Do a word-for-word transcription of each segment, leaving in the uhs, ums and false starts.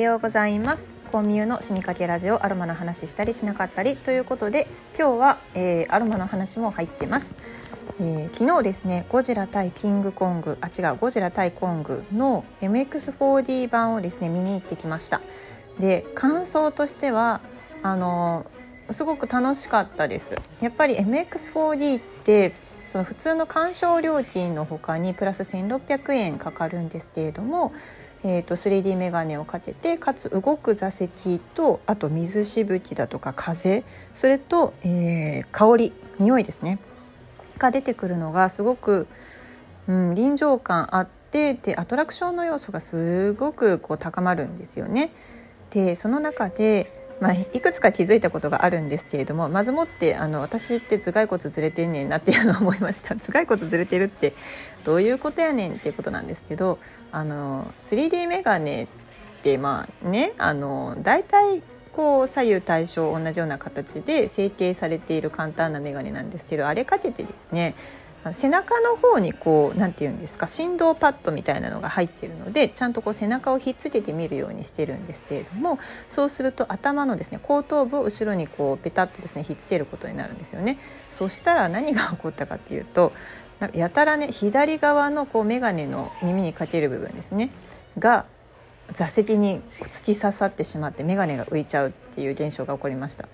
ようございます。コンミュの死にかけラジオ、アロマの話したりしなかったりということで、今日は、えー、アロマの話も入ってます。えー、昨日ですね、ゴジラ対キングコングあ違うゴジラ対コングの エムエックスフォーディー 版をですね見に行ってきました。で、感想としてはあのー、すごく楽しかったです。やっぱり エムエックスフォーディー ってその普通の鑑賞料金の他にプラスせんろっぴゃくえんかかるんですけれども、えー、と スリーディー メガネをかけて、かつ動く座席と、あと水しぶきだとか風、それと、えー、香り、匂いですねが出てくるのがすごく、うん、臨場感あって、でアトラクションの要素がすごくこう高まるんですよね。でその中でまあ、いくつか気づいたことがあるんですけれども、まずもってあの私って頭蓋骨ずれてんねんなっていうのを思いました。頭蓋骨ずれてるってどういうことやねんっていうことなんですけど、あの スリーディー メガネってまあね、あのだいたいこう左右対称同じような形で成形されている簡単なメガネなんですけど、あれかけてですね、背中の方にこうなんていうんですか、振動パッドみたいなのが入っているので、ちゃんとこう背中をひっつけてみるようにしてるんですけれども、そうすると頭のですね後頭部を後ろにこうペタッとですねひっつけることになるんですよね。そしたら何が起こったかっていうと、なんかやたらね左側のこうメガネの耳にかける部分ですねが座席に突き刺さってしまって、メガネが浮いちゃうっていう現象が起こりました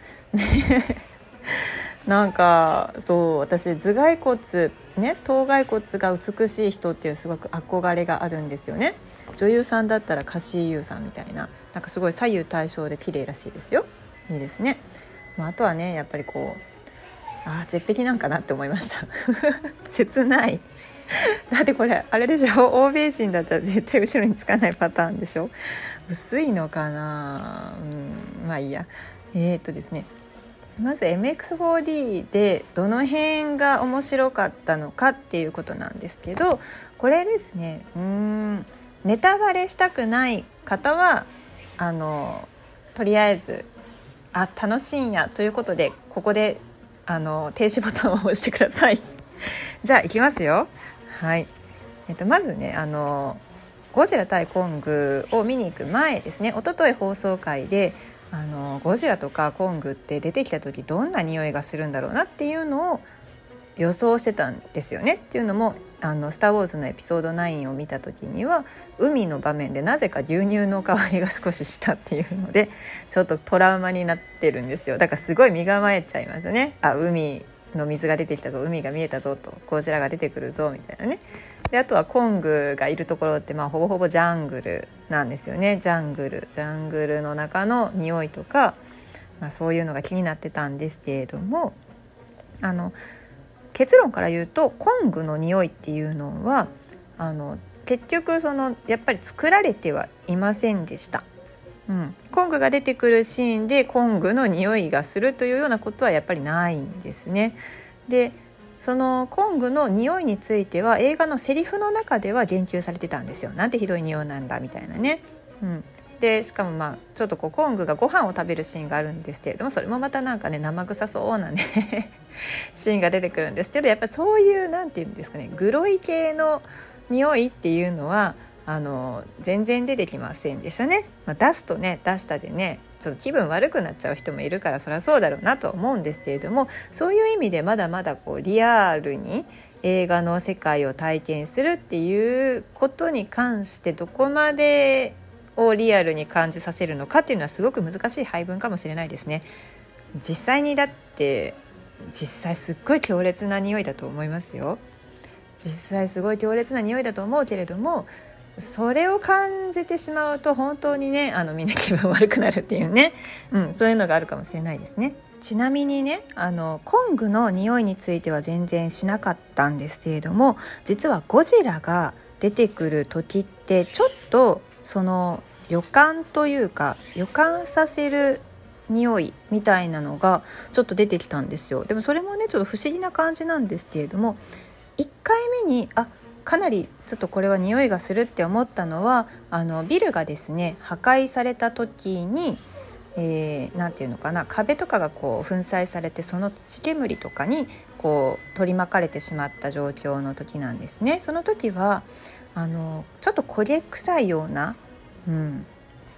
なんかそう、私頭蓋骨ね、頭蓋骨が美しい人っていうすごく憧れがあるんですよね。女優さんだったら香椎優さんみたいな、なんかすごい左右対称で綺麗らしいですよ。いいですね。まあ、あとはねやっぱりこうあ絶壁なんかなって思いました切ないだってこれあれでしょ、欧米人だったら絶対後ろにつかないパターンでしょ。薄いのかな、うん、まあいいや。えー、っとですねまず エムエックスフォーディー でどの辺が面白かったのかっていうことなんですけど、これですね、うーんネタバレしたくない方はあのとりあえずあ楽しいんやということで、ここであの停止ボタンを押してくださいじゃあ行きますよ。はい、えっと、まずねあのゴジラ対コングを見に行く前ですね、一昨日放送回であのゴジラとかコングって出てきた時どんな匂いがするんだろうなっていうのを予想してたんですよね。っていうのもあのスターウォーズのエピソードナインを見た時には海の場面でなぜか牛乳の香りが少ししたっていうのでちょっとトラウマになってるんですよ。だからすごい身構えちゃいますよね。あ海の水が出てきたぞ、海が見えたぞと、ゴジラが出てくるぞみたいなね。であとはコングがいるところってまあほぼほぼジャングルなんですよね。ジャングルジャングルの中の匂いとか、まあ、そういうのが気になってたんですけれども、あの結論から言うとコングの匂いっていうのはあの結局そのやっぱり作られてはいませんでした。うん、コングが出てくるシーンでコングの匂いがするというようなことはやっぱりないんですね。でそのコングの匂いについては映画のセリフの中では言及されてたんですよ。なんてひどい匂いなんだみたいなね、うん、でしかもまあちょっとこうコングがご飯を食べるシーンがあるんですけれども、それもまたなんかね生臭そうなねシーンが出てくるんですけど、やっぱりそういうなんていうんですかね、グロい系の匂いっていうのはあの全然出てきませんでしたね。まあ、出すとね出したでねちょっと気分悪くなっちゃう人もいるから、そりゃそうだろうなと思うんですけれども、そういう意味でまだまだこうリアルに映画の世界を体験するっていうことに関してどこまでをリアルに感じさせるのかっていうのはすごく難しい配分かもしれないですね。実際にだって実際すっごい強烈な匂いだと思いますよ。実際すごい強烈な匂いだと思うけれども、それを感じてしまうと本当にねあのみんな気分悪くなるっていうね、うん、そういうのがあるかもしれないですね。ちなみにねあのコングの匂いについては全然しなかったんですけれども、実はゴジラが出てくる時ってちょっとその予感というか予感させる匂いみたいなのがちょっと出てきたんですよ。でもそれもねちょっと不思議な感じなんですけれども、いっかいめにあかなりちょっとこれは匂いがするって思ったのは、あのビルがですね破壊された時に、えー、なんていうのかな、壁とかがこう粉砕されてその土煙とかにこう取り巻かれてしまった状況の時なんですね。その時はあのちょっと焦げ臭いような、うん、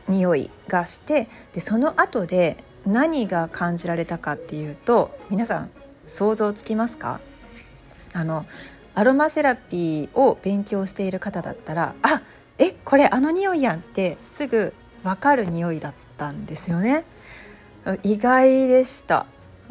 匂いがして、でその後で何が感じられたかっていうと、皆さん想像つきますか？あのアロマセラピーを勉強している方だったら、あ、えこれあの匂いやんってすぐ分かる匂いだったんですよね。意外でした。うん、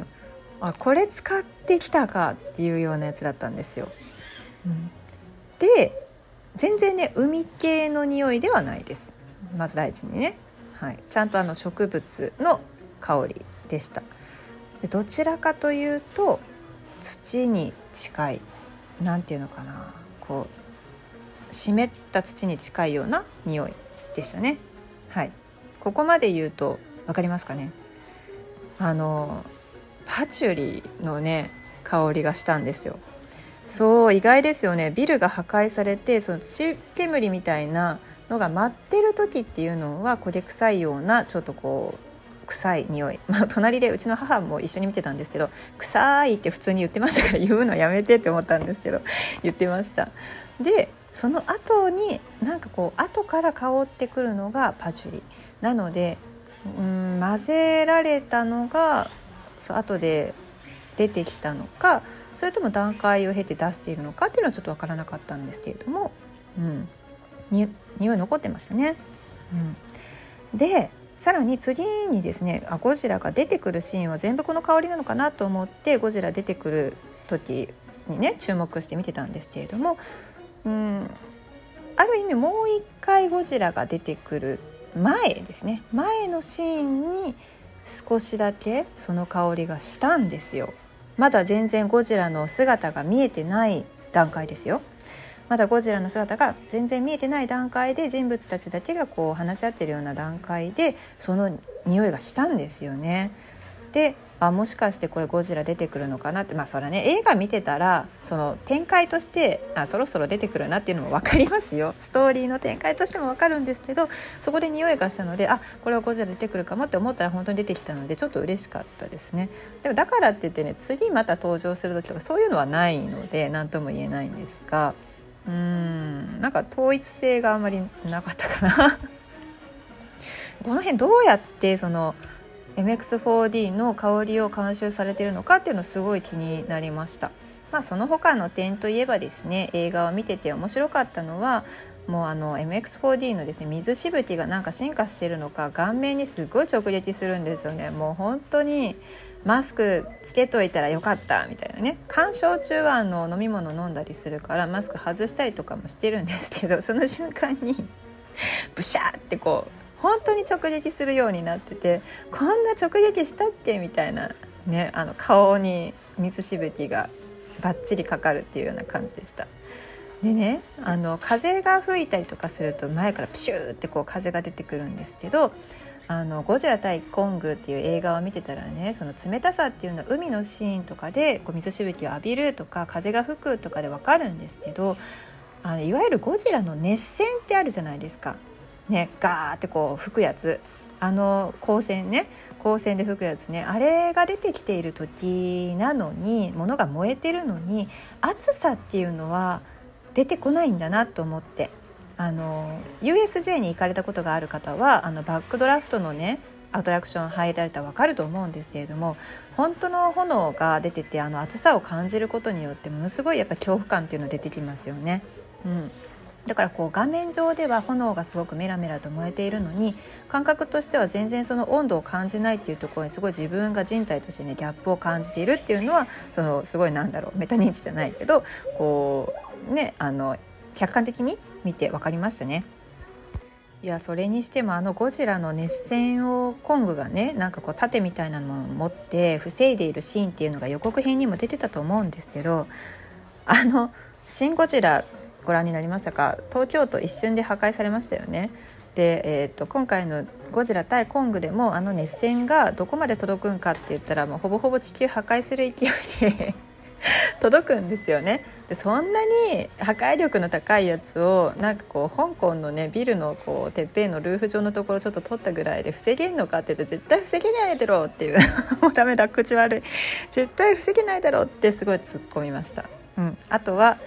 あ、これ使ってきたかっていうようなやつだったんですよ。うん、で全然ね海系の匂いではないです。まず第一にね、はい、ちゃんとあの植物の香りでした。でどちらかというと土に近い、なんていうのかな、こう湿った土に近いような匂いでしたね。はい、ここまで言うと分かりますかね。あのパチュリのね香りがしたんですよ。そう意外ですよね。ビルが破壊されてその土煙みたいなのが舞ってる時っていうのは焦げ臭いようなちょっとこう臭い匂い、まあ、隣でうちの母も一緒に見てたんですけど、臭いって普通に言ってましたから、言うのやめてって思ったんですけど言ってました。でその後になんかこう後から香ってくるのがパチュリなので、うーん混ぜられたのが後で出てきたのか、それとも段階を経て出しているのかっていうのはちょっと分からなかったんですけれども、うん、に匂い残ってましたね。うん、でさらに次にですね、あゴジラが出てくるシーンは全部この香りなのかなと思って、ゴジラ出てくる時にね注目して見てたんですけれども、うん、ある意味もう一回ゴジラが出てくる前ですね、前のシーンに少しだけその香りがしたんですよ。まだ全然ゴジラの姿が見えてない段階ですよ。まだゴジラの姿が全然見えてない段階で、人物たちだけがこう話し合ってるような段階でその匂いがしたんですよね。であもしかしてこれゴジラ出てくるのかなって、まあそれはね映画見てたらその展開としてあそろそろ出てくるなっていうのも分かりますよ。ストーリーの展開としても分かるんですけど、そこで匂いがしたので、あこれはゴジラ出てくるかもって思ったら本当に出てきたのでちょっと嬉しかったですね。でもだからって言ってね次また登場する時とかそういうのはないので何とも言えないんですが、うーんなんか統一性があんまりなかったかなこの辺どうやってその エムエックスフォーディー の香りを監修されているのかっていうのすごい気になりました。まあ、その他の点といえばですね、映画を見てて面白かったのはもうあの エムエックスフォーディー のですね水しぶきがなんか進化しているのか顔面にすごい直撃するんですよね。もう本当にマスクつけといたらよかったみたいなね。鑑賞中はあの飲み物飲んだりするからマスク外したりとかもしてるんですけど、その瞬間にブシャーってこう本当に直撃するようになってて、こんな直撃したっけみたいなね、あの顔に水しぶきがバッチリかかるっていうような感じでした。でね、あの風が吹いたりとかすると前からプシューってこう風が出てくるんですけど、あのゴジラ対コングっていう映画を見てたらね、その冷たさっていうのは海のシーンとかでこう水しぶきを浴びるとか風が吹くとかでわかるんですけど、あのいわゆるゴジラの熱線ってあるじゃないですかね、ガーってこう吹くやつ、あの光線ね、光線で吹くやつね、あれが出てきている時なのに、物が燃えてるのに熱さっていうのは出てこないんだなと思って、あの ユーエスジェー に行かれたことがある方はあのバックドラフトのねアトラクション入られたら分かると思うんですけれども、本当の炎が出ててあの熱さを感じることによってものすごいやっぱ恐怖感っていうの出てきますよね。うん、だからこう画面上では炎がすごくメラメラと燃えているのに、感覚としては全然その温度を感じないっていうところにすごい自分が人体としてねギャップを感じているっていうのは、そのすごいなんだろうメタ認知じゃないけどこうね、あの客観的に見て分かりましたね。いやそれにしてもあのゴジラの熱線をコングがねなんかこう盾みたいなのを持って防いでいるシーンっていうのが予告編にも出てたと思うんですけど、あのシン・ゴジラご覧になりましたか？東京都一瞬で破壊されましたよね。で、えー、と今回のゴジラ対コングでもあの熱線がどこまで届くんかって言ったらもうほぼほぼ地球破壊する勢いで届くんですよね。でそんなに破壊力の高いやつをなんかこう香港のねビルのこうてっぺんのルーフ上のところちょっと取ったぐらいで防げんのかって言って絶対防げないだろうっていうもうダメだ口悪い絶対防げないだろうってすごい突っ込みました。うん、あとは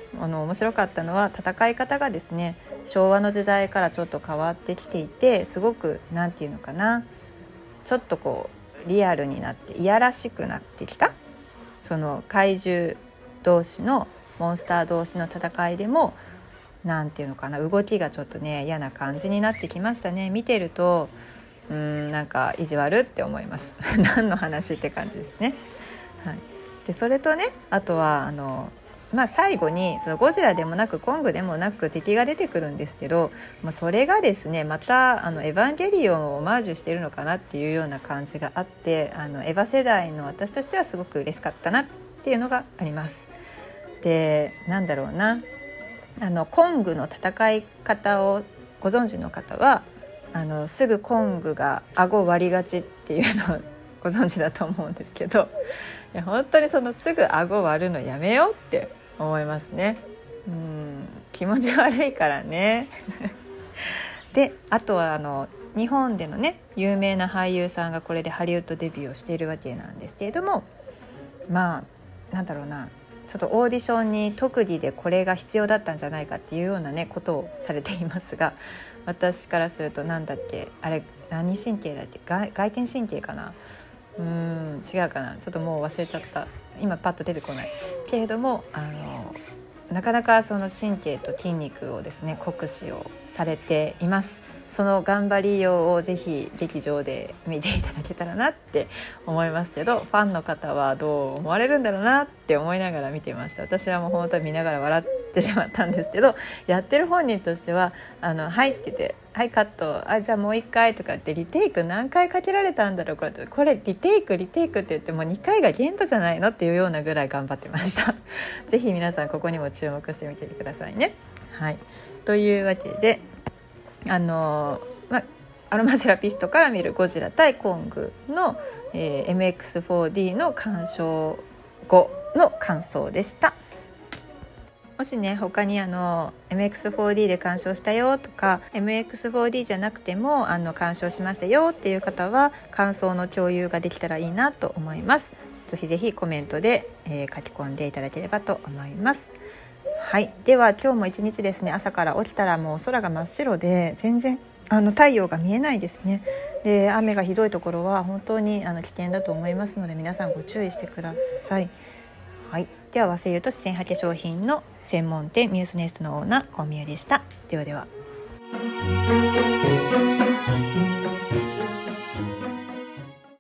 あの面白かったのは戦い方がですね、昭和の時代からちょっと変わってきていて、すごくなんていうのかな、ちょっとこうリアルになっていやらしくなってきた。その怪獣同士のモンスター同士の戦いでもなんていうのかな、動きがちょっとね嫌な感じになってきましたね。見てるとうーんなんか意地悪って思います何の話って感じですね。はい、でそれとね、あとはあのまあ、最後にそのゴジラでもなくコングでもなく敵が出てくるんですけど、まあ、それがですねまたあのエヴァンゲリオンをオマージュしているのかなっていうような感じがあって、あのエヴァ世代の私としてはすごく嬉しかったなっていうのがあります。でなんだろうな、あのコングの戦い方をご存知の方はあのすぐコングが顎割りがちっていうのをご存知だと思うんですけど、いや本当にそのすぐ顎割るのやめようって思いますね。うん気持ち悪いからねであとはあの日本でのね有名な俳優さんがこれでハリウッドデビューをしているわけなんですけれども、まあなんだろうな、ちょっとオーディションに特技でこれが必要だったんじゃないかっていうようなねことをされていますが、私からするとなんだっけあれ何神経だっけ、外外転神経かな、うーん違うかな、ちょっともう忘れちゃった、今パッと出てこないけれども、あのなかなかその神経と筋肉をですね酷使をされています。その頑張りようをぜひ劇場で見ていただけたらなって思いますけど、ファンの方はどう思われるんだろうなって思いながら見ていました。私はもう本当に見ながら笑ってしまったんですけど、やってる本人としてはあのはいって言ってはいカット、あじゃあもう一回とかってリテイク何回かけられたんだろうこれ、これリテイクリテイクって言ってもにかいが限度じゃないのっていうようなぐらい頑張ってましたぜひ皆さんここにも注目してみてくださいね。はい、というわけであの、ま、アロマセラピストから見るゴジラ対コングの、えー、エムエックスフォーディー の鑑賞後の感想でした。もしね他にあの エムエックスフォーディー で鑑賞したよとか エムエックスフォーディー じゃなくてもあの鑑賞しましたよっていう方は感想の共有ができたらいいなと思います。ぜひぜひコメントで、えー、書き込んでいただければと思います。はい、では今日も一日ですね、朝から起きたらもう空が真っ白で全然あの太陽が見えないですね。で雨がひどいところは本当にあの危険だと思いますので皆さんご注意してください。はい、では和製油と自然派化粧品の専門店ミュースネストのオーナーコンミュでした。ではでは。